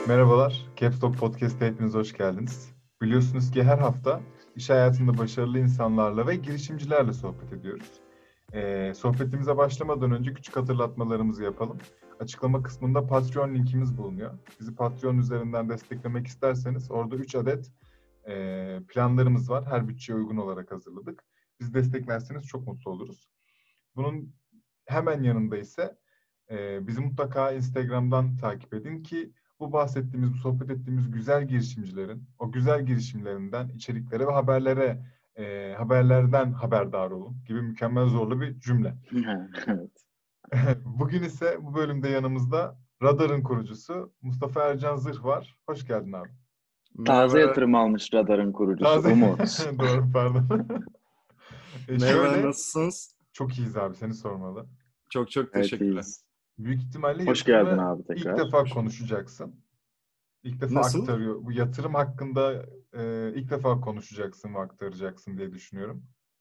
Merhabalar, Caps Lock Podcast'te hepiniz hoş geldiniz. Biliyorsunuz ki her hafta iş hayatında başarılı insanlarla ve girişimcilerle sohbet ediyoruz. Sohbetimize başlamadan önce küçük hatırlatmalarımızı yapalım. Açıklama kısmında Patreon linkimiz bulunuyor. Bizi Patreon üzerinden desteklemek isterseniz orada 3 adet planlarımız var. Her bütçeye uygun olarak hazırladık. Bizi desteklerseniz çok mutlu oluruz. Bunun hemen yanında ise bizi mutlaka Instagram'dan takip edin ki bu bahsettiğimiz, bu sohbet ettiğimiz güzel girişimcilerin, o güzel girişimlerinden içeriklere ve haberlerden haberdar olun gibi mükemmel zorlu bir cümle. Evet. Bugün ise bu bölümde yanımızda Radar'ın kurucusu Mustafa Ercan Zırh var. Hoş geldin abi. Taze Merhaba, yatırım almış Radar'ın kurucusu Taze... Umut. Doğru, pardon. merhaba, nasılsınız? Çok iyiyiz abi, seni sormalı. Çok Evet, teşekkürler. iyiyiz. Büyük ihtimalle Hoş geldin yatırımı abi ilk tekrar. defa konuşacaksın. İlk defa Nasıl? aktarıyor. Bu yatırım hakkında ilk defa konuşacaksın ve aktaracaksın diye düşünüyorum.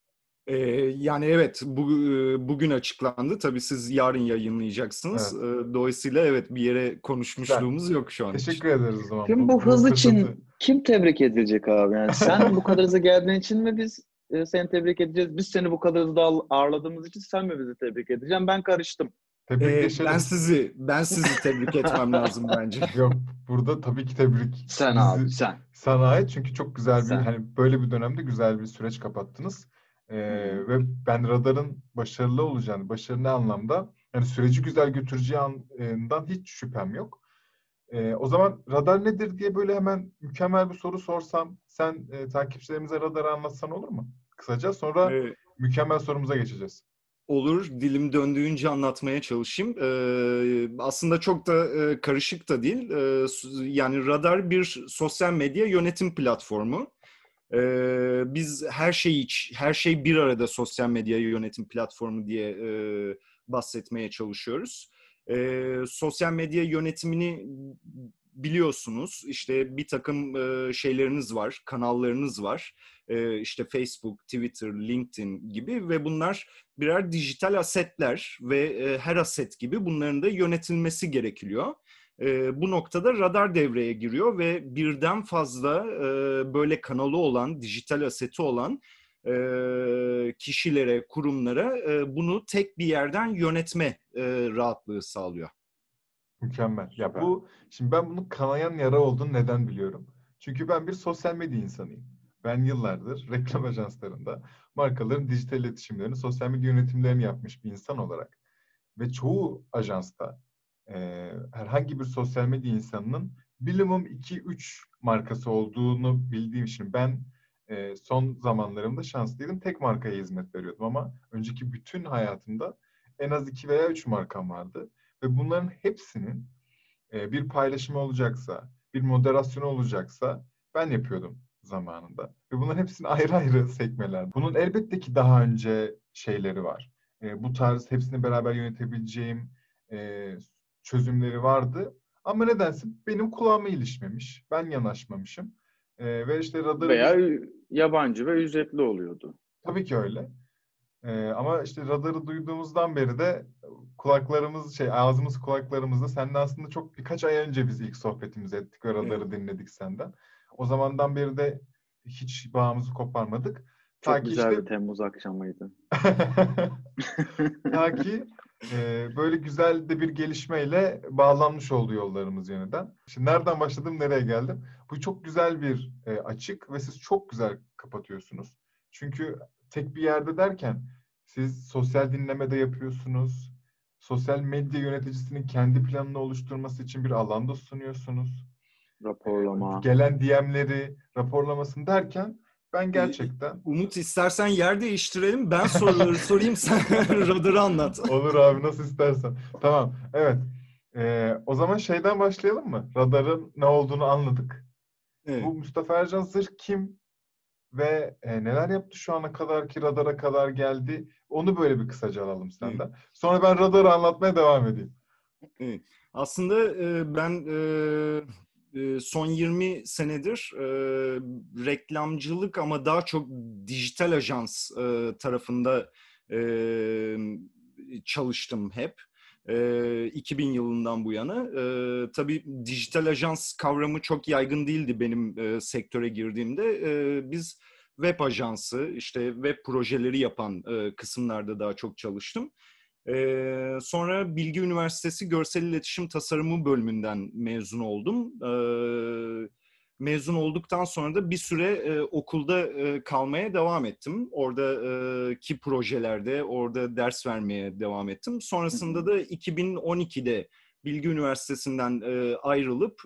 Yani evet, bugün açıklandı. Tabii siz yarın yayınlayacaksınız. Evet. Dolayısıyla evet, bir yere Güzel. konuşmuşluğumuz yok şu an için. Teşekkür ederiz o zaman. Şimdi bu Bu hız fırsatı. için kim tebrik edilecek abi? Yani sen bu kadar hızlı geldiğin için mi biz seni tebrik edeceğiz? Biz seni bu kadar hızlı ağırladığımız için sen mi bizi tebrik edeceksin? Ben karıştım. Tebrikleşelim. Ben sizi tebrik etmem lazım bence. Yok, burada tabii ki tebrik Sen abi, sen. sana ait, çünkü çok güzel bir, Sen. hani böyle bir dönemde güzel bir süreç kapattınız. Ve ben Radar'ın başarılı olacağını, başarılı ne anlamda, yani süreci güzel götüreceğinden hiç şüphem yok. O zaman Radar nedir diye böyle hemen mükemmel bir soru sorsam, sen takipçilerimize Radar'ı anlatsan olur mu? Kısaca, sonra Ee, mükemmel sorumuza geçeceğiz. Olur, dilim döndüğünce anlatmaya çalışayım. Aslında çok da karışık da değil. Yani Radar bir sosyal medya yönetim platformu. Biz her şey bir arada sosyal medya yönetim platformu diye bahsetmeye çalışıyoruz. Sosyal medya yönetimini biliyorsunuz. İşte bir takım şeyleriniz var, kanallarınız var. İşte Facebook, Twitter, LinkedIn gibi ve bunlar birer dijital asetler ve her aset gibi bunların da yönetilmesi gerekiyor. Bu noktada Radar devreye giriyor ve birden fazla böyle kanalı olan, dijital aseti olan kişilere, kurumlara bunu tek bir yerden yönetme rahatlığı sağlıyor. Mükemmel. Ya Süper. şimdi ben bunun kanayan yara olduğunu neden biliyorum? Çünkü ben bir sosyal medya insanıyım. Ben yıllardır reklam ajanslarında markaların dijital iletişimlerini, sosyal medya yönetimlerini yapmış bir insan olarak ve çoğu ajansta herhangi bir sosyal medya insanının minimum 2-3 markası olduğunu bildiğim için ben son zamanlarımda şanslıydım. Tek markaya hizmet veriyordum ama önceki bütün hayatımda en az 2 veya 3 markam vardı. Ve bunların hepsinin bir paylaşımı olacaksa, bir moderasyonu olacaksa ben yapıyordum zamanında. Ve bunların hepsinin ayrı ayrı sekmeler. Bunun elbette ki daha önce şeyleri var. Bu tarz hepsini beraber yönetebileceğim çözümleri vardı. Ama nedense benim kulağıma ilişmemiş. Ben yanaşmamışım. Ve işte Radar'ı biz... Veya yabancı ve ücretli oluyordu. Tabii ki öyle. Ama işte Radar'ı duyduğumuzdan beri de ağzımız kulaklarımızda, seninle aslında çok birkaç ay önce biz ilk sohbetimizi ettik ve Radar'ı dinledik senden. O zamandan beri de hiç bağımızı koparmadık. Ta Çok ki güzel işte bir Temmuz akşamıydı. ta ki böyle güzel de bir gelişmeyle bağlanmış oldu yollarımız yeniden. Şimdi nereden başladım, nereye geldim? Bu çok güzel bir açık ve siz çok güzel kapatıyorsunuz. Çünkü tek bir yerde derken siz sosyal dinlemede yapıyorsunuz. Sosyal medya yöneticisinin kendi planını oluşturması için bir alanda sunuyorsunuz. Raporlama. Gelen DM'leri raporlamasını derken ben gerçekten... Umut, istersen yer değiştirelim. Ben soruları sorayım, sen Radar'ı anlat. Olur abi, nasıl istersen. Tamam, evet. O zaman şeyden başlayalım mı? Radar'ın ne olduğunu anladık. Evet. Bu Mustafa Ercan Zırh kim ve neler yaptı şu ana kadar ki Radar'a kadar geldi? Onu böyle bir kısaca alalım Evet. senden. Sonra ben Radar'ı anlatmaya devam edeyim. Evet. Aslında ben son 20 senedir reklamcılık ama daha çok dijital ajans tarafında çalıştım hep. 2000 yılından bu yana. Tabii dijital ajans kavramı çok yaygın değildi benim sektöre girdiğimde. Biz web ajansı, işte web projeleri yapan kısımlarda daha çok çalıştım. Sonra Bilgi Üniversitesi Görsel İletişim Tasarımı bölümünden mezun oldum. Mezun olduktan sonra da bir süre okulda kalmaya devam ettim. Oradaki projelerde, orada ders vermeye devam ettim. Sonrasında da 2012'de Bilgi Üniversitesi'nden ayrılıp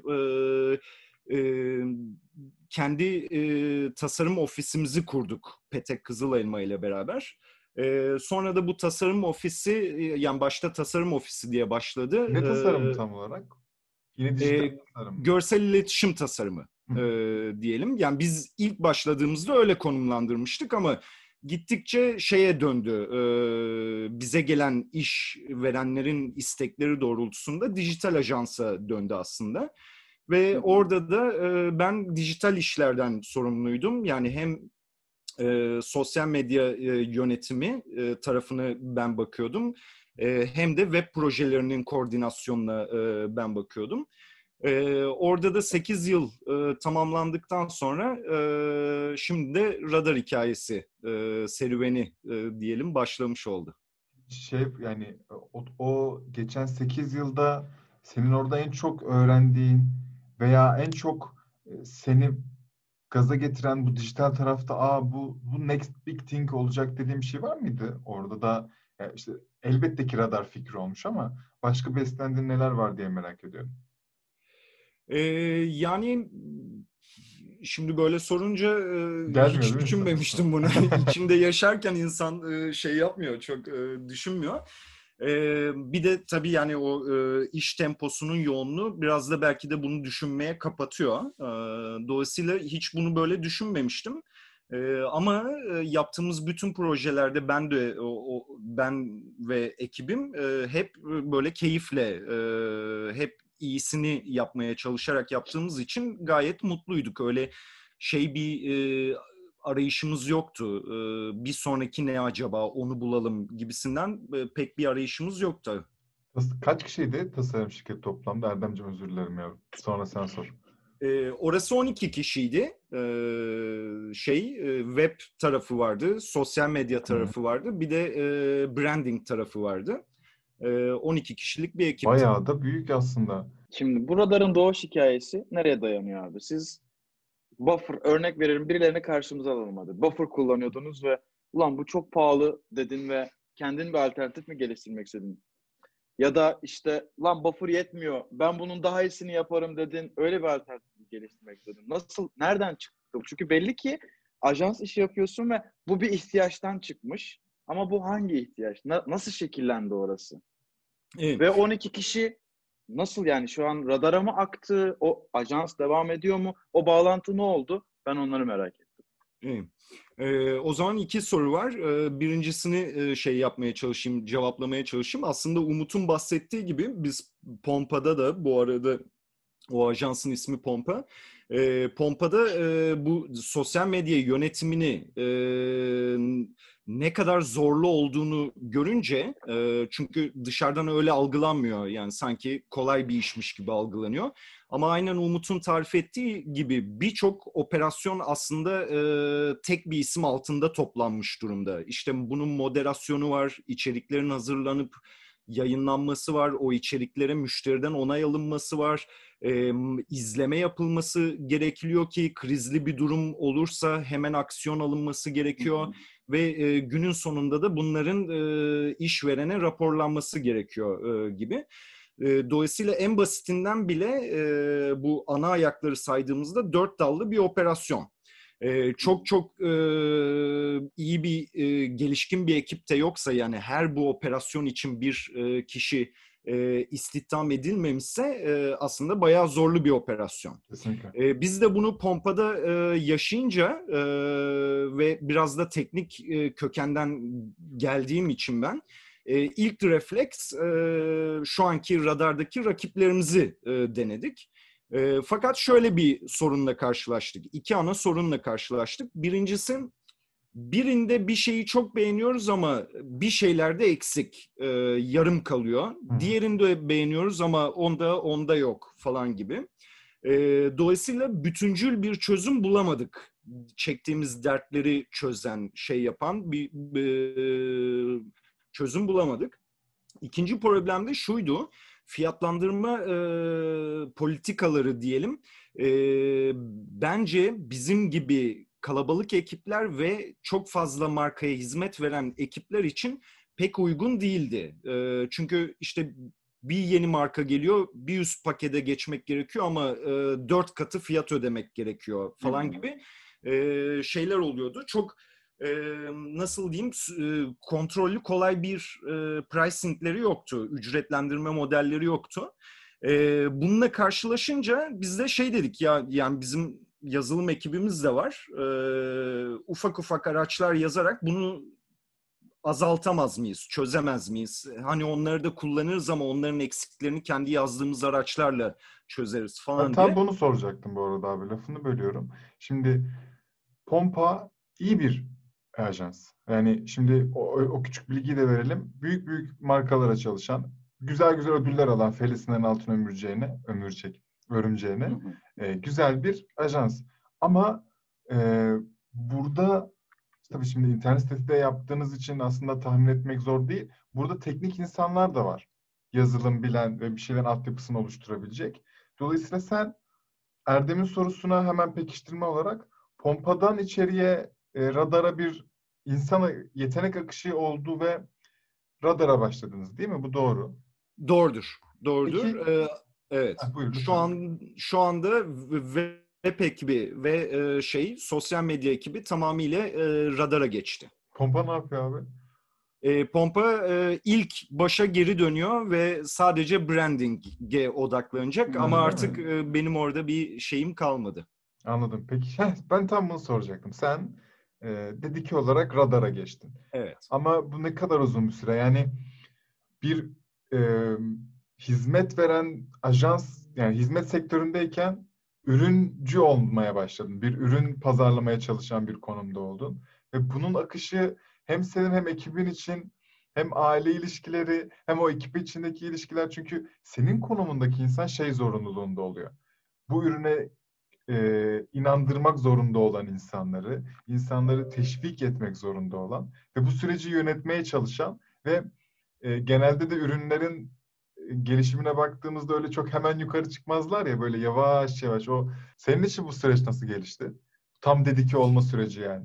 kendi tasarım ofisimizi kurduk Petek Kızılelma ile beraber. Sonra da bu tasarım ofisi, yani başta tasarım ofisi diye başladı. Ne tasarımı tam olarak? Yine dijital tasarım mı? Görsel iletişim tasarımı diyelim. Yani biz ilk başladığımızda öyle konumlandırmıştık ama gittikçe şeye döndü. Bize gelen iş verenlerin istekleri doğrultusunda dijital ajansa döndü aslında. Ve orada da ben dijital işlerden sorumluydum. Yani hem sosyal medya yönetimi tarafını ben bakıyordum. Hem de web projelerinin koordinasyonuna ben bakıyordum. Orada da 8 yıl tamamlandıktan sonra şimdi de radar hikayesi serüveni diyelim başlamış oldu. Yani o geçen 8 yılda senin orada en çok öğrendiğin veya en çok seni gaza getiren bu dijital tarafta bu next big thing olacak dediğim bir şey var mıydı? Orada da işte elbette ki radar fikri olmuş ama başka beslendiğin neler var diye merak ediyorum. Yani şimdi böyle sorunca Gelmiyor hiç değil mi düşünmemiştim bunu. İçinde yaşarken insan şey yapmıyor, çok düşünmüyor. Bir de tabii yani o iş temposunun yoğunluğu biraz da belki de bunu düşünmeye kapatıyor. Dolayısıyla hiç bunu böyle düşünmemiştim. Ama yaptığımız bütün projelerde ben ve ekibim hep böyle keyifle, hep iyisini yapmaya çalışarak yaptığımız için gayet mutluyduk. Öyle bir arayışımız yoktu. Bir sonraki ne acaba, onu bulalım gibisinden pek bir arayışımız yoktu. Kaç kişiydi tasarım şirketi toplamda? Erdemciğim özür dilerim yavrum. Sonra sen sor. Orası 12 kişiydi. Web tarafı vardı, sosyal medya tarafı vardı, bir de branding tarafı vardı. 12 kişilik bir ekipti. Bayağı da büyük aslında. Şimdi bu radarın doğuş hikayesi nereye dayanıyor abi? Siz buffer, örnek veririm, birilerini karşımıza alalım hadi. Buffer kullanıyordunuz ve ulan bu çok pahalı dedin ve kendin bir alternatif mi geliştirmek istedin? Ya da işte lan buffer yetmiyor, ben bunun daha iyisini yaparım dedin, öyle bir alternatif geliştirmek istedin. Nasıl, nereden çıktı? Çünkü belli ki ajans işi yapıyorsun ve bu bir ihtiyaçtan çıkmış. Ama bu hangi ihtiyaç? Nasıl şekillendi orası? Evet. Ve 12 kişi nasıl, yani şu an radara mı aktı? O ajans devam ediyor mu? O bağlantı ne oldu? Ben onları merak ettim. Evet. O zaman 2 soru var. Birincisini cevaplamaya çalışayım. Aslında Umut'un bahsettiği gibi biz Pompa'da da, bu arada o ajansın ismi Pompa. Pompa'da bu sosyal medya yönetimini ne kadar zorlu olduğunu görünce, çünkü dışarıdan öyle algılanmıyor. Yani sanki kolay bir işmiş gibi algılanıyor. Ama aynen Umut'un tarif ettiği gibi birçok operasyon aslında tek bir isim altında toplanmış durumda. İşte bunun moderasyonu var, içeriklerin hazırlanıp yayınlanması var, o içeriklere müşteriden onay alınması var, izleme yapılması gerekiyor ki krizli bir durum olursa hemen aksiyon alınması gerekiyor ve günün sonunda da bunların işverene raporlanması gerekiyor gibi. Dolayısıyla en basitinden bile bu ana ayakları saydığımızda 4 dallı bir operasyon. Çok iyi bir gelişkin bir ekip de yoksa, yani her bu operasyon için bir kişi istihdam edilmemişse aslında bayağı zorlu bir operasyon. Kesinlikle. Biz de bunu Pompa'da yaşayınca ve biraz da teknik kökenden geldiğim için ben ilk refleks şu anki radardaki rakiplerimizi denedik. Fakat şöyle bir sorunla karşılaştık. 2 ana sorunla karşılaştık. Birincisi, birinde bir şeyi çok beğeniyoruz ama bir şeylerde eksik, yarım kalıyor. Diğerinde beğeniyoruz ama onda yok falan gibi. Dolayısıyla bütüncül bir çözüm bulamadık. Çektiğimiz dertleri çözen, şey yapan bir çözüm bulamadık. İkinci problem de şuydu. Fiyatlandırma politikaları diyelim. Bence bizim gibi kalabalık ekipler ve çok fazla markaya hizmet veren ekipler için pek uygun değildi. Çünkü işte bir yeni marka geliyor, bir üst pakete geçmek gerekiyor ama 4 katı fiyat ödemek gerekiyor falan gibi şeyler oluyordu. Çok nasıl diyeyim, kontrollü kolay bir pricingleri yoktu. Ücretlendirme modelleri yoktu. Bununla karşılaşınca biz de şey dedik ya, yani bizim yazılım ekibimiz de var. Ufak ufak araçlar yazarak bunu azaltamaz mıyız, çözemez miyiz? Hani onları da kullanırız ama onların eksiklerini kendi yazdığımız araçlarla çözeriz Ben falan tam diye. bunu soracaktım bu arada abi. Lafını bölüyorum. Şimdi Pompa iyi bir ajans. Yani şimdi o küçük bilgiyi de verelim. Büyük büyük markalara çalışan, güzel güzel ödüller alan Felis'in altın örümceğine güzel bir ajans. Ama e, burada tabii şimdi internet sitesi de yaptığınız için aslında tahmin etmek zor değil. Burada teknik insanlar da var. Yazılım bilen ve bir şeylerin altyapısını oluşturabilecek. Dolayısıyla sen Erdem'in sorusuna hemen pekiştirme olarak pompadan içeriye radara bir insana yetenek akışı oldu ve radara başladınız değil mi? Bu doğru. Doğrudur. Doğrudur. Peki, Evet. buyur lütfen. Şu anda web ekibi ve sosyal medya ekibi tamamıyla radara geçti. Pompa ne yapıyor abi? Pompa ilk başa geri dönüyor ve sadece branding'e odaklanacak ama Öyle artık mi? benim orada bir şeyim kalmadı. Anladım. Peki ben tam bunu soracaktım. Sen dedike olarak radara geçtin. Evet. Ama bu ne kadar uzun bir süre? Yani bir e, hizmet veren ajans, yani hizmet sektöründeyken ürüncü olmaya başladın. Bir ürün pazarlamaya çalışan bir konumda oldun. Ve bunun akışı hem senin hem ekibin için hem aile ilişkileri hem o ekip içindeki ilişkiler, çünkü senin konumundaki insan şey zorunluluğunda oluyor. Bu ürüne inandırmak zorunda olan insanları teşvik etmek zorunda olan ve bu süreci yönetmeye çalışan ve genelde de ürünlerin gelişimine baktığımızda öyle çok hemen yukarı çıkmazlar ya, böyle yavaş yavaş. Senin için bu süreç nasıl gelişti? Tam dedike olma süreci yani.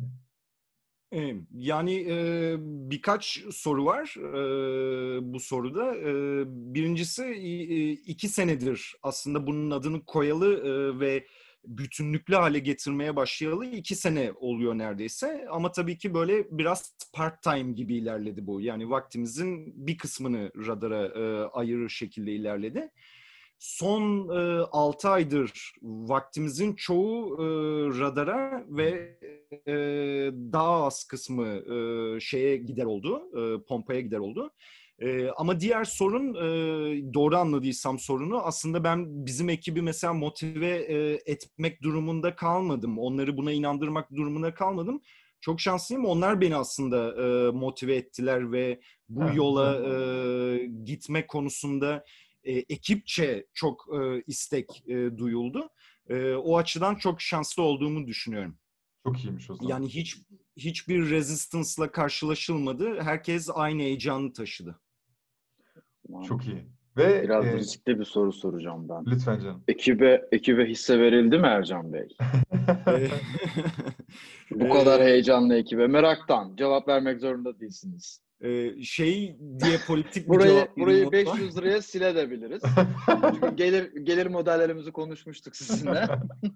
Yani birkaç soru var bu soruda. Birincisi 2 senedir aslında bunun adını koyalı ve bütünlüklü hale getirmeye başlayalı 2 sene oluyor neredeyse. Ama tabii ki böyle biraz part-time gibi ilerledi bu. Yani vaktimizin bir kısmını radara ayırır şekilde ilerledi. Son 6 aydır vaktimizin çoğu radara ve daha az kısmı şeye gider oldu, pompaya gider oldu. Ama diğer sorun, doğru anladıysam sorunu, aslında ben bizim ekibi mesela motive etmek durumunda kalmadım. Onları buna inandırmak durumunda kalmadım. Çok şanslıyım. Onlar beni aslında motive ettiler ve bu Ha, yola güzel. gitme konusunda ekipçe çok istek duyuldu. O açıdan çok şanslı olduğumu düşünüyorum. Çok iyiymiş o zaman. Yani hiçbir rezistansla karşılaşılmadı. Herkes aynı heyecanı taşıdı. Çok iyi. Ve Biraz riskli bir soru soracağım ben. lütfen canım. Ekibe hisse verildi mi Ercan Bey? E, Bu kadar heyecanlı ekibe. Meraktan. Cevap vermek zorunda değilsiniz. Şey diye politik bir Burayı cevap vereyim o zaman. 500 liraya silebiliriz. Çünkü gelir modellerimizi konuşmuştuk sizinle.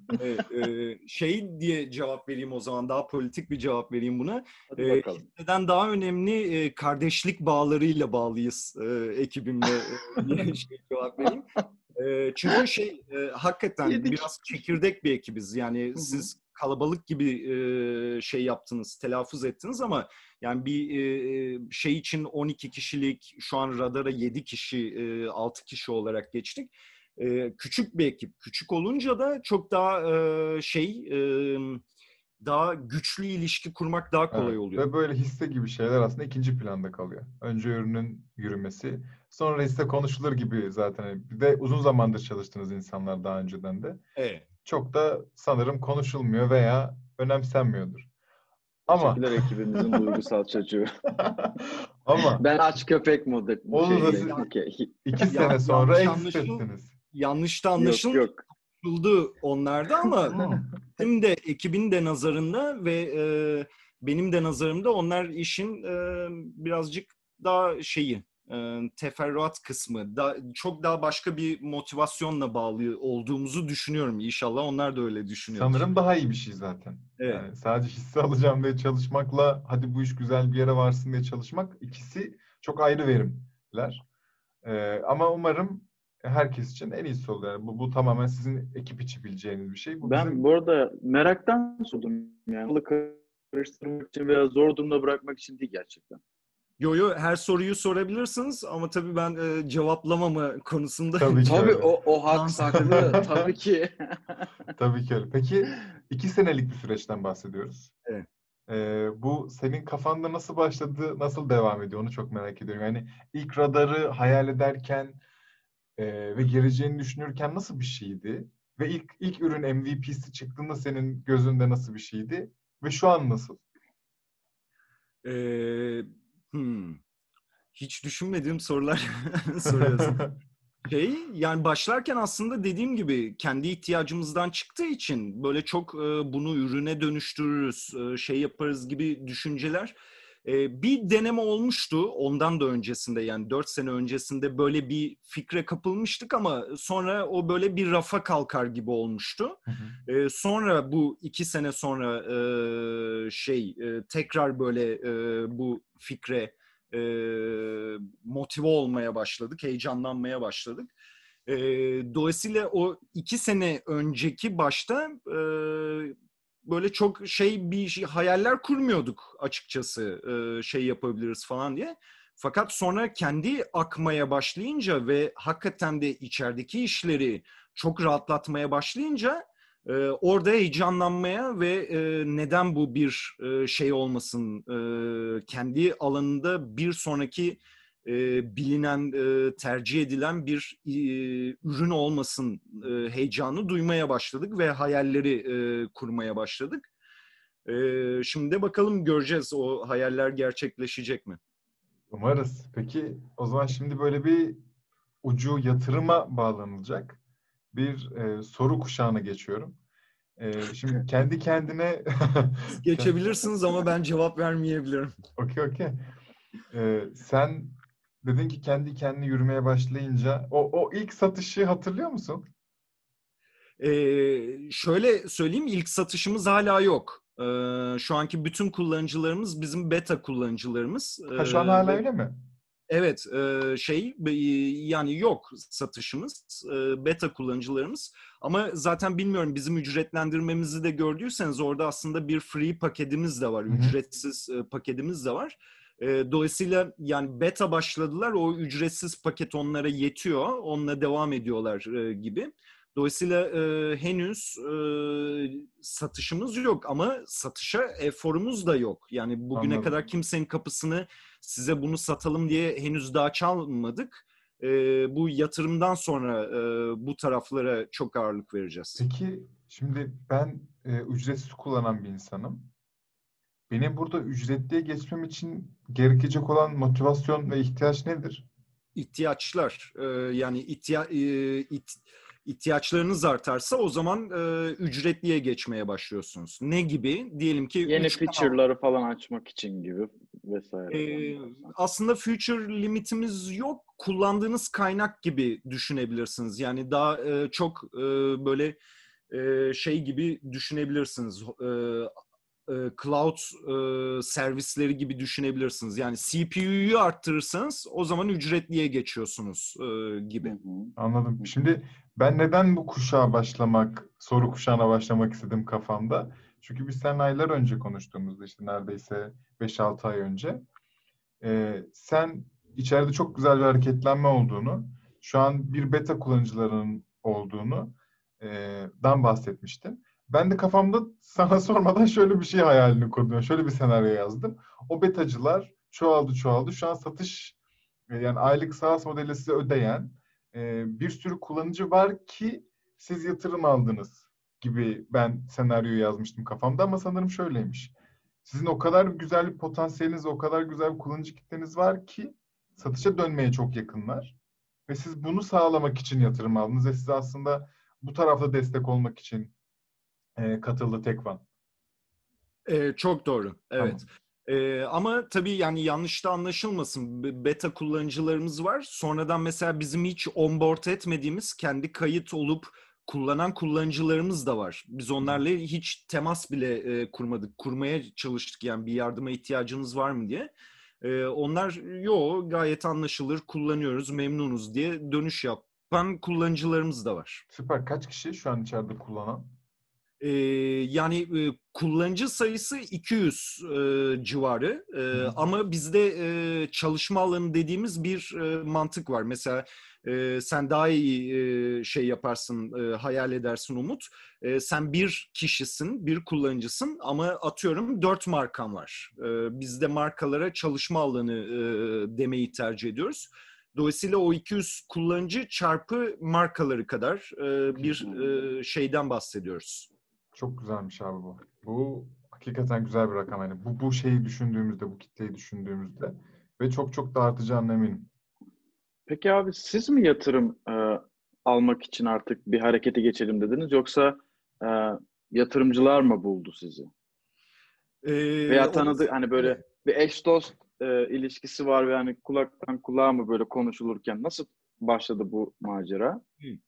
Şey diye cevap vereyim o zaman. Daha politik bir cevap vereyim buna. Hadi bakalım. Hisseden daha önemli kardeşlik bağlarıyla bağlıyız ekibimle diye cevap vereyim. Çünkü hakikaten Yedik. biraz çekirdek bir ekibiz. Yani Hı hı. siz kalabalık gibi şey yaptınız, telaffuz ettiniz ama yani bir şey için 12 kişilik, şu an radara 7 kişi, 6 kişi olarak geçtik. Küçük bir ekip. Küçük olunca da çok daha daha güçlü ilişki kurmak daha kolay Evet. oluyor. Ve böyle hisse gibi şeyler aslında ikinci planda kalıyor. Önce ürünün yürümesi, sonra hisse konuşulur gibi zaten. Bir de uzun zamandır çalıştığınız insanlar daha önceden de. Evet. Çok da sanırım konuşulmuyor veya önemsenmiyordur. Ama Teşekkürler ekibimizin duygusal çocuğu. ama Ben aç köpek onu da şeyindeyim. siz Okey. 2 sene sonra exit ettiniz. Yanlış da Yok yok. anlaşıldı onlarda ama bizim de ekibin de nazarında ve benim de nazarımda onlar işin birazcık daha teferruat kısmı. Çok daha başka bir motivasyonla bağlı olduğumuzu düşünüyorum. İnşallah onlar da öyle düşünüyordur. Sanırım daha iyi bir şey zaten. Evet. Yani sadece hisse alacağım diye çalışmakla hadi bu iş güzel bir yere varsın diye çalışmak, ikisi çok ayrı verimler. Ama umarım herkes için en iyisi olur. Yani bu tamamen sizin ekip içi bileceğiniz bir şey. Bu Ben bizim bu arada meraktan sordum yani. Balık karıştırmak için veya zor durumda bırakmak için değil gerçekten. Yo her soruyu sorabilirsiniz ama tabii ben cevaplamama konusunda Tabii ki Tabii öyle. o hak saklı tabii ki. Tabii ki öyle. Peki 2 senelik bir süreçten bahsediyoruz. Evet. Bu senin kafanda nasıl başladı, nasıl devam ediyor onu çok merak ediyorum. Yani ilk radarı hayal ederken ve geleceğini düşünürken nasıl bir şeydi? Ve ilk ürün MVP'si çıktığında senin gözünde nasıl bir şeydi? Ve şu an nasıl? Ee, Hiç düşünmediğim sorular soruyorsun. Yani başlarken aslında dediğim gibi kendi ihtiyacımızdan çıktığı için böyle çok bunu ürüne dönüştürürüz, yaparız gibi düşünceler. Bir deneme olmuştu ondan da öncesinde yani 4 sene öncesinde böyle bir fikre kapılmıştık ama sonra o böyle bir rafa kalkar gibi olmuştu. Sonra bu 2 sene sonra tekrar böyle bu fikre motive olmaya başladık, heyecanlanmaya başladık. Dolayısıyla o 2 sene önceki başta böyle çok hayaller kurmuyorduk açıkçası yapabiliriz falan diye. Fakat sonra kendi akmaya başlayınca ve hakikaten de içerideki işleri çok rahatlatmaya başlayınca orada heyecanlanmaya ve neden bu bir olmasın, kendi alanında bir sonraki bilinen, tercih edilen bir ürün olmasın heyecanı duymaya başladık ve hayalleri kurmaya başladık. Şimdi de bakalım göreceğiz o hayaller gerçekleşecek mi? Umarız. Peki o zaman şimdi böyle bir ucu yatırıma bağlanılacak bir soru kuşağına geçiyorum. Şimdi kendi kendine Geçebilirsiniz ama ben cevap vermeyebilirim. Okey. Sen dedin ki kendi kendine yürümeye başlayınca o ilk satışı hatırlıyor musun? Şöyle söyleyeyim, ilk satışımız hala yok. Şu anki bütün kullanıcılarımız bizim beta kullanıcılarımız. Ha, şu an hala Ve öyle mi? evet, yani yok satışımız, beta kullanıcılarımız. Ama zaten bilmiyorum, bizim ücretlendirmemizi de gördüyseniz orada aslında bir free paketimiz de var, Hı hı. ücretsiz paketimiz de var. Dolayısıyla yani beta başladılar, o ücretsiz paket onlara yetiyor, onunla devam ediyorlar gibi. Dolayısıyla henüz satışımız yok ama satışa eforumuz da yok. Yani bugüne Anladım. kadar kimsenin kapısını size bunu satalım diye henüz daha çalmadık. Bu yatırımdan sonra bu taraflara çok ağırlık vereceğiz. Peki şimdi ben ücretsiz kullanan bir insanım. Benim burada ücretliye geçmem için gerekecek olan motivasyon ve ihtiyaç nedir? İhtiyaçlar, yani ihtiyaçlarınız artarsa o zaman ücretliye geçmeye başlıyorsunuz. Ne gibi? Diyelim ki Yeni 3 kanal. feature'ları falan açmak için gibi vesaire. Aslında future limitimiz yok. Kullandığınız kaynak gibi düşünebilirsiniz. Yani daha çok böyle gibi düşünebilirsiniz. Cloud servisleri gibi düşünebilirsiniz. Yani CPU'yu arttırırsanız o zaman ücretliye geçiyorsunuz gibi. Anladım. Şimdi ben neden bu soru kuşağına başlamak istedim kafamda? Çünkü biz seninle aylar önce konuştuğumuzda işte neredeyse 5-6 ay önce sen içeride çok güzel bir hareketlenme olduğunu, şu an bir beta kullanıcılarının olduğunu dan bahsetmiştin. Ben de kafamda sana sormadan şöyle bir şey hayalini kurdum. Yani şöyle bir senaryo yazdım. O betacılar çoğaldı. Şu an satış yani aylık SaaS modeli size ödeyen bir sürü kullanıcı var ki siz yatırım aldınız gibi ben senaryoyu yazmıştım kafamda ama sanırım şöyleymiş. Sizin o kadar güzel bir potansiyeliniz, o kadar güzel bir kullanıcı kitleniz var ki satışa dönmeye çok yakınlar. Ve siz bunu sağlamak için yatırım aldınız ve size aslında bu tarafta destek olmak için katıldı Tekvan. Çok doğru. Evet. Tamam. Ama tabii yani yanlış da anlaşılmasın. Beta kullanıcılarımız var. Sonradan mesela bizim hiç onboard etmediğimiz kendi kayıt olup kullanan kullanıcılarımız da var. Biz onlarla hiç temas bile kurmadık. Kurmaya çalıştık yani bir yardıma ihtiyacınız var mı diye. Onlar yo gayet anlaşılır kullanıyoruz memnunuz diye dönüş yapan kullanıcılarımız da var. Süper. Kaç kişi şu an içeride kullanan? Yani kullanıcı sayısı 200 civarı. Ama bizde çalışma alanı dediğimiz bir mantık var. Mesela sen daha iyi şey yaparsın, hayal edersin Umut. Sen bir kişisin, bir kullanıcısın ama atıyorum 4 markan var. Bizde markalara çalışma alanı demeyi tercih ediyoruz. Dolayısıyla o 200 kullanıcı çarpı markaları kadar bir şeyden bahsediyoruz. Çok güzelmiş abi bu. Bu hakikaten güzel bir rakam. Yani bu şeyi düşündüğümüzde, bu kitleyi düşündüğümüzde ve çok çok da artacağına eminim. Peki abi siz mi yatırım almak için artık bir harekete geçelim dediniz yoksa e, yatırımcılar mı buldu sizi? Veya tanıdı hani böyle Evet. bir eş dost ilişkisi var ve hani kulaktan kulağa mı böyle konuşulurken nasıl başladı bu macera?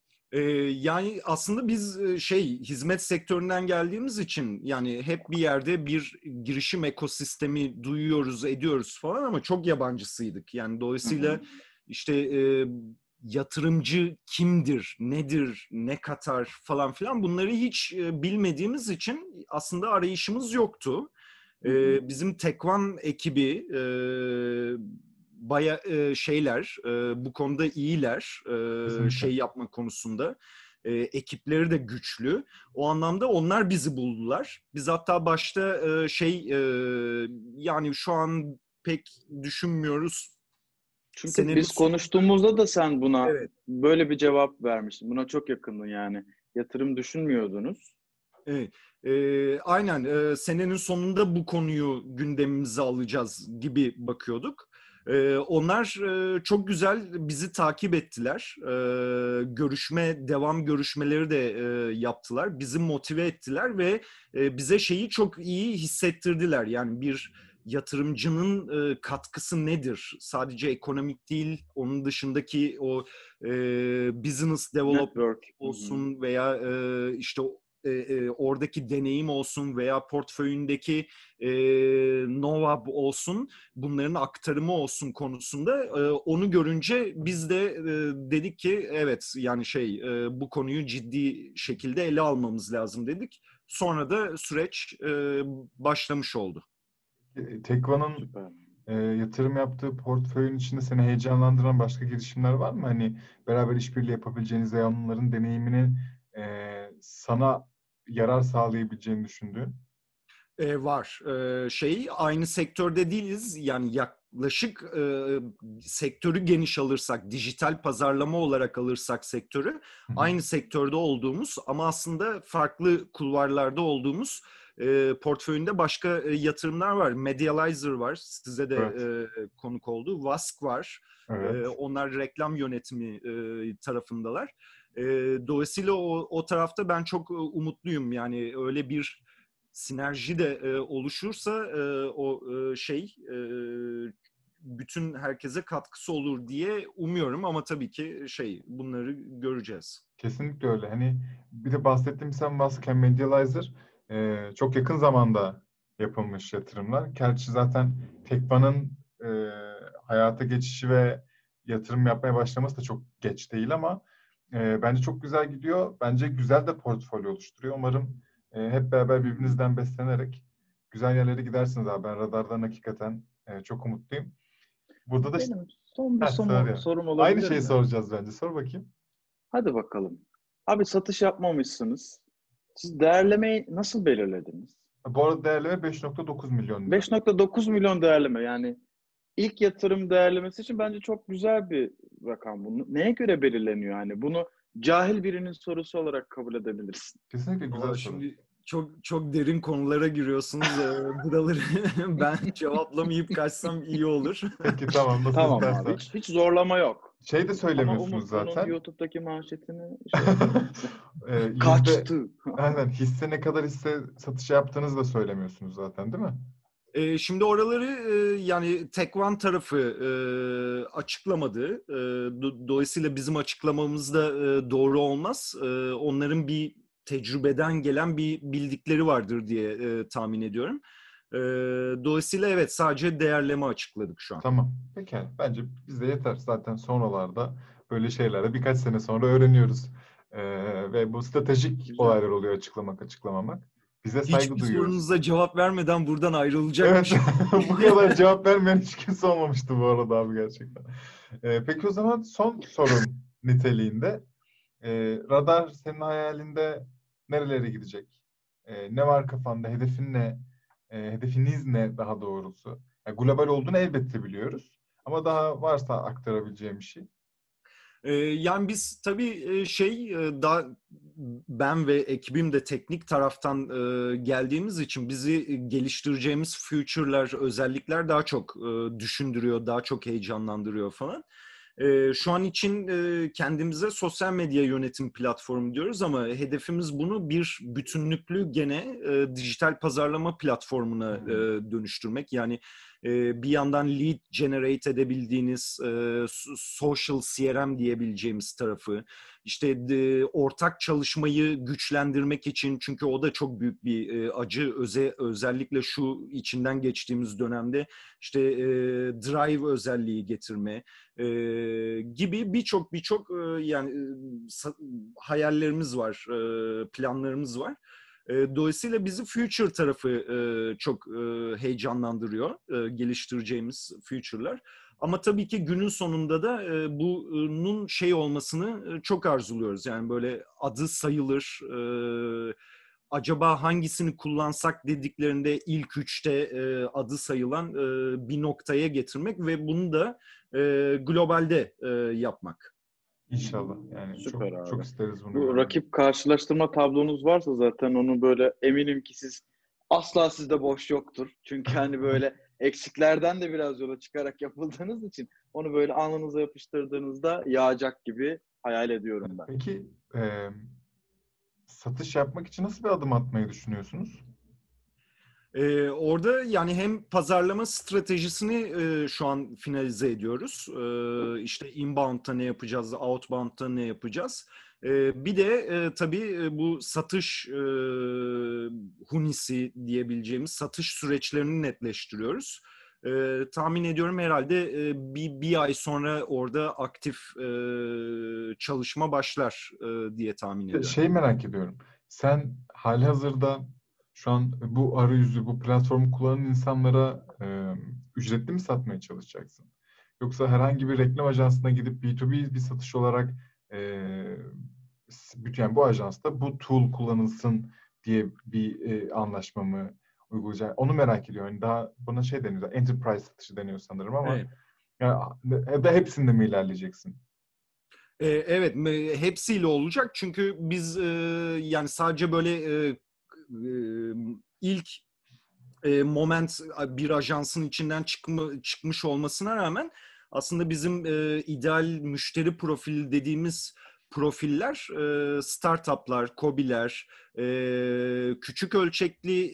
Yani aslında biz hizmet sektöründen geldiğimiz için yani hep bir yerde bir girişim ekosistemi duyuyoruz, ediyoruz falan ama çok yabancısıydık. Yani Hı hı. dolayısıyla işte yatırımcı kimdir, nedir, ne katar falan filan bunları hiç bilmediğimiz için aslında arayışımız yoktu. Hı hı. Bizim Tekvan ekibi baya şeyler bu konuda iyiler Kesinlikle. şey yapma konusunda. Ekipleri de güçlü. O anlamda onlar bizi buldular. Biz hatta başta yani şu an pek düşünmüyoruz. Çünkü Senenin biz sonunda konuştuğumuzda da sen buna evet. böyle bir cevap vermiştin. Buna çok yakındın yani. Yatırım düşünmüyordunuz. Evet. Aynen senenin sonunda bu konuyu gündemimize alacağız gibi bakıyorduk. Onlar çok güzel bizi takip ettiler. Devam görüşmeleri de yaptılar. Bizi motive ettiler ve bize şeyi çok iyi hissettirdiler. Yani bir yatırımcının katkısı nedir? Sadece ekonomik değil, onun dışındaki o business development Network. Hı hı. olsun veya işte oradaki deneyim olsun veya portföyündeki know-how olsun, bunların aktarımı olsun konusunda onu görünce biz de dedik ki evet yani bu konuyu ciddi şekilde ele almamız lazım dedik. Sonra da süreç başlamış oldu. Tekvan'ın Süper. yatırım yaptığı portföyün içinde seni heyecanlandıran başka girişimler var mı? Hani beraber işbirliği yapabileceğiniz veya onların deneyimini sana yarar sağlayabileceğini düşündüğün? Var. Aynı sektörde değiliz. Yani yaklaşık sektörü geniş alırsak, dijital pazarlama olarak alırsak sektörü, Hı hı. aynı sektörde olduğumuz ama aslında farklı kulvarlarda olduğumuz portföyünde başka yatırımlar var. Medializer var. Size de Evet, konuk oldu. Vask var. evet. Onlar reklam yönetimi tarafındalar. Dolayısıyla o tarafta ben çok umutluyum. Yani öyle bir sinerji de oluşursa bütün herkese katkısı olur diye umuyorum ama tabii ki bunları göreceğiz. Kesinlikle öyle. Hani bir de bahsettiğim sen Vask Medializer çok yakın zamanda yapılmış yatırımlar. Gerçi zaten Tekvan'ın hayata geçişi ve yatırım yapmaya başlaması da çok geç değil ama bence çok güzel gidiyor. Bence güzel de portfolyo oluşturuyor. Umarım hep beraber birbirinizden beslenerek güzel yerlere gidersiniz abi. Ben radardan hakikaten çok umutluyum. Burada da Benim son bir soruyor. sorum Aynı olabilir şeyi mi? soracağız bence. Sor bakayım. Hadi bakalım. Abi satış yapmamışsınız. Siz değerlemeyi nasıl belirlediniz? Bu arada değerleme 5.9 milyon lira. 5.9 milyon değerleme, yani ilk yatırım değerlemesi için bence çok güzel bir rakam. Bunu neye göre belirleniyor yani? Bunu cahil birinin sorusu olarak kabul edebilirsin. Kesinlikle güzel soru. Şimdi çok derin konulara giriyorsunuz. Buraları ben cevaplamayıp kaçsam iyi olur. Peki tamam, nasıl Tamam istersen. abi, hiç zorlama yok. Şey de Ama söylemiyorsunuz Umut bunun zaten. YouTube'daki manşetini şey yapalım. Kaçtı. Aynen, hisse ne kadar hisse satışı yaptığınızı da söylemiyorsunuz zaten, değil mi? Şimdi oraları yani Tekvan tarafı açıklamadı. Dolayısıyla bizim açıklamamız da doğru olmaz. Onların bir tecrübeden gelen bir bildikleri vardır diye tahmin ediyorum. Dolayısıyla evet, sadece değerleme açıkladık şu an. Tamam. Peki. Bence bize yeter. Zaten sonralarda böyle şeylere birkaç sene sonra öğreniyoruz. Ve bu stratejik Güzel. olaylar oluyor, açıklamamak. Bize saygı Hiçbir duyuyoruz. sorunuza cevap vermeden buradan ayrılacakmış. Evet. Bu kadar cevap vermeyen hiç kimse olmamıştı bu arada abi, gerçekten. Peki o zaman son sorun niteliğinde. Radar senin hayalinde nerelere gidecek? Ne var kafanda? Hedefin ne? Hedefiniz ne daha doğrusu? Yani global olduğunu elbette biliyoruz. Ama daha varsa aktarabileceğim bir şey. Yani biz tabii daha ben ve ekibim de teknik taraftan geldiğimiz için bizi geliştireceğimiz feature'lar, özellikler daha çok düşündürüyor, daha çok heyecanlandırıyor falan. Şu an için kendimize sosyal medya yönetim platformu diyoruz ama hedefimiz bunu bir bütünlüklü gene dijital pazarlama platformuna dönüştürmek. Yani bir yandan lead generate edebildiğiniz social CRM diyebileceğimiz tarafı, işte ortak çalışmayı güçlendirmek için, çünkü o da çok büyük bir acı, özellikle şu içinden geçtiğimiz dönemde işte drive özelliği getirme gibi birçok yani hayallerimiz var, planlarımız var. Dolayısıyla bizi future tarafı çok heyecanlandırıyor, geliştireceğimiz future'lar. Ama tabii ki günün sonunda da bunun şey olmasını çok arzuluyoruz. Yani böyle adı sayılır, acaba hangisini kullansak dediklerinde ilk üçte adı sayılan bir noktaya getirmek ve bunu da globalde yapmak. İnşallah. Yani Süper çok abi. çok isteriz bunu Bu görmeyi. rakip karşılaştırma tablonuz varsa zaten onu böyle eminim ki siz asla sizde boş yoktur. Çünkü hani böyle eksiklerden de biraz yola çıkarak yapıldığınız için onu böyle alnınıza yapıştırdığınızda yağacak gibi hayal ediyorum ben. Peki satış yapmak için nasıl bir adım atmayı düşünüyorsunuz? Orada yani hem pazarlama stratejisini şu an finalize ediyoruz. İşte inbound'da ne yapacağız, outbound'da ne yapacağız. Bir de tabii bu satış hunisi diyebileceğimiz satış süreçlerini netleştiriyoruz. Tahmin ediyorum herhalde bir ay sonra orada aktif çalışma başlar diye tahmin ediyorum. Şey merak ediyorum. Sen halihazırda şu an bu arayüzü, bu platformu kullanan insanlara ücretli mi satmaya çalışacaksın? Yoksa herhangi bir reklam ajansına gidip B2B bir satış olarak yani bu ajansta bu tool kullanılsın diye bir anlaşma mı uygulayacak? Onu merak ediyorum. Yani daha buna şey deniyor, enterprise satışı deniyor sanırım ama Evet. ya da hepsinde mi ilerleyeceksin? Evet, hepsiyle olacak çünkü biz yani sadece böyle ilk moment bir ajansın içinden çıkmış olmasına rağmen aslında bizim ideal müşteri profili dediğimiz profiller startuplar, KOBİ'ler, küçük ölçekli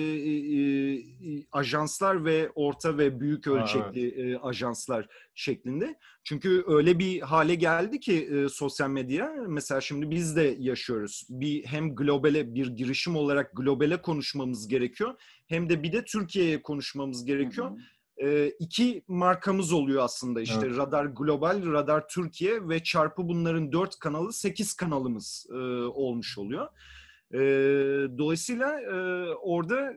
ajanslar ve orta ve büyük ölçekli ajanslar şeklinde. Çünkü öyle bir hale geldi ki sosyal medya, mesela şimdi biz de yaşıyoruz. Hem globale bir girişim olarak globale konuşmamız gerekiyor, hem de bir de Türkiye'ye konuşmamız gerekiyor. İki markamız oluyor aslında, işte evet. Radar Global, Radar Türkiye ve çarpı bunların 4 kanalı 8 kanalımız olmuş oluyor. Dolayısıyla orada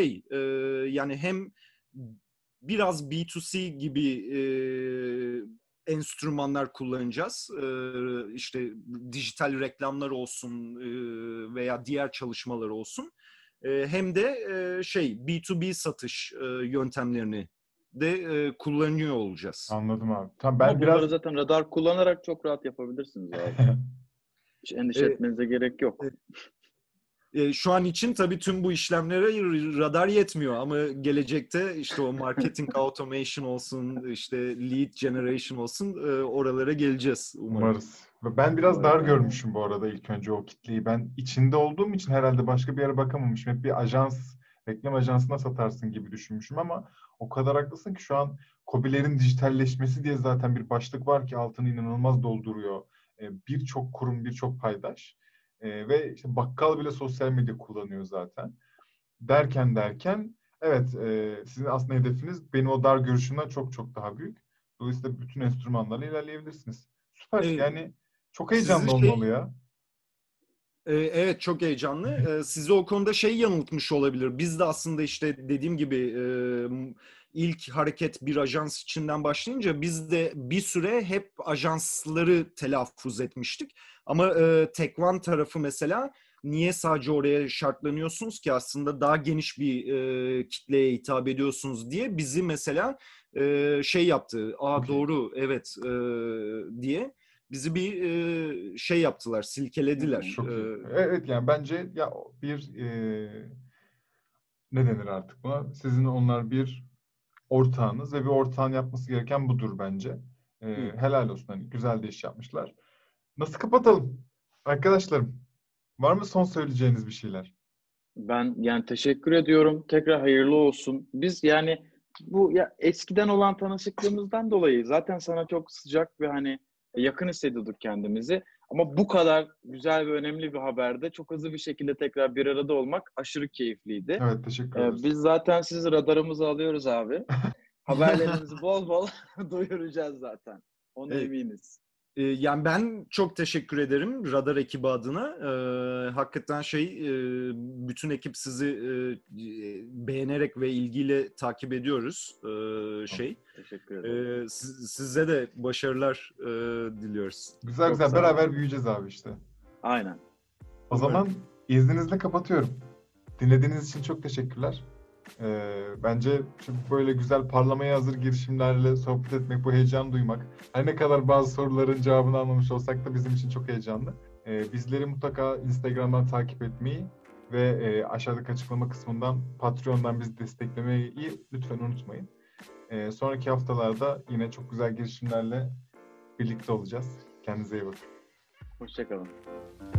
yani hem biraz B2C gibi enstrümanlar kullanacağız. İşte dijital reklamlar olsun veya diğer çalışmalar olsun. Hem de B2B satış yöntemlerini de kullanıyor olacağız. Anladım abi. Tamam, Ama ben bunları biraz zaten radar kullanarak çok rahat yapabilirsiniz abi. Hiç endişe etmenize gerek yok. Şu an için tabii tüm bu işlemlere radar yetmiyor ama gelecekte işte o marketing automation olsun, işte lead generation olsun, oralara geleceğiz umarım. umarız. Ve ben biraz Umarız dar abi. görmüşüm bu arada ilk önce o kitleyi. Ben içinde olduğum için herhalde başka bir yere bakamamışım. Hep bir ajans, reklam ajansına satarsın gibi düşünmüşüm ama o kadar haklısın ki şu an KOBİ'lerin dijitalleşmesi diye zaten bir başlık var ki altını inanılmaz dolduruyor. Birçok kurum, birçok paydaş. Ve işte bakkal bile sosyal medya kullanıyor zaten. Derken evet, sizin aslında hedefiniz benim o dar görüşümden çok çok daha büyük. Dolayısıyla bütün enstrümanlarla ilerleyebilirsiniz. Süper. Yani çok heyecanlı Sizi olmalı ya. Evet, çok heyecanlı. Sizi o konuda yanıltmış olabilir. Biz de aslında işte dediğim gibi ilk hareket bir ajans içinden başlayınca biz de bir süre hep ajansları telaffuz etmiştik. Ama Tekvan tarafı mesela niye sadece oraya şartlanıyorsunuz ki aslında daha geniş bir kitleye hitap ediyorsunuz diye bizi mesela yaptı. Çok iyi. Doğru, evet diye. Bizi bir yaptılar, silkelediler. Çok iyi. Evet, yani bence ya bir ne denir artık buna? Sizin onlar bir ortağınız ve bir ortağın yapması gereken budur bence. Helal olsun. Hani güzel de iş yapmışlar. Nasıl kapatalım? Arkadaşlarım, var mı son söyleyeceğiniz bir şeyler? Ben yani teşekkür ediyorum. Tekrar hayırlı olsun. Biz yani bu ya eskiden olan tanışıklığımızdan dolayı zaten sana çok sıcak ve hani yakın hissediyorduk kendimizi. Ama bu kadar güzel ve önemli bir haberde çok hızlı bir şekilde tekrar bir arada olmak aşırı keyifliydi. Evet, teşekkür ederiz. Biz zaten sizi radarımıza alıyoruz abi. Haberlerinizi bol bol duyuracağız zaten. Ona Evet. eminiz. Yani ben çok teşekkür ederim Radar ekibi adına. Hakikaten bütün ekip sizi beğenerek ve ilgiyle takip ediyoruz. Teşekkür ederim. Size de başarılar diliyoruz. Güzel Çok güzel sağ olun. beraber büyüyeceğiz abi işte. Aynen. O zaman izninizle kapatıyorum. Dinlediğiniz için çok teşekkürler. Bence şimdi böyle güzel parlamaya hazır girişimlerle sohbet etmek, bu heyecan duymak. Her ne kadar bazı soruların cevabını almamış olsak da bizim için çok heyecanlı. Bizleri mutlaka Instagram'dan takip etmeyi ve aşağıdaki açıklama kısmından Patreon'dan bizi desteklemeyi lütfen unutmayın. Sonraki haftalarda yine çok güzel girişimlerle birlikte olacağız. Kendinize iyi bakın. Hoşça kalın.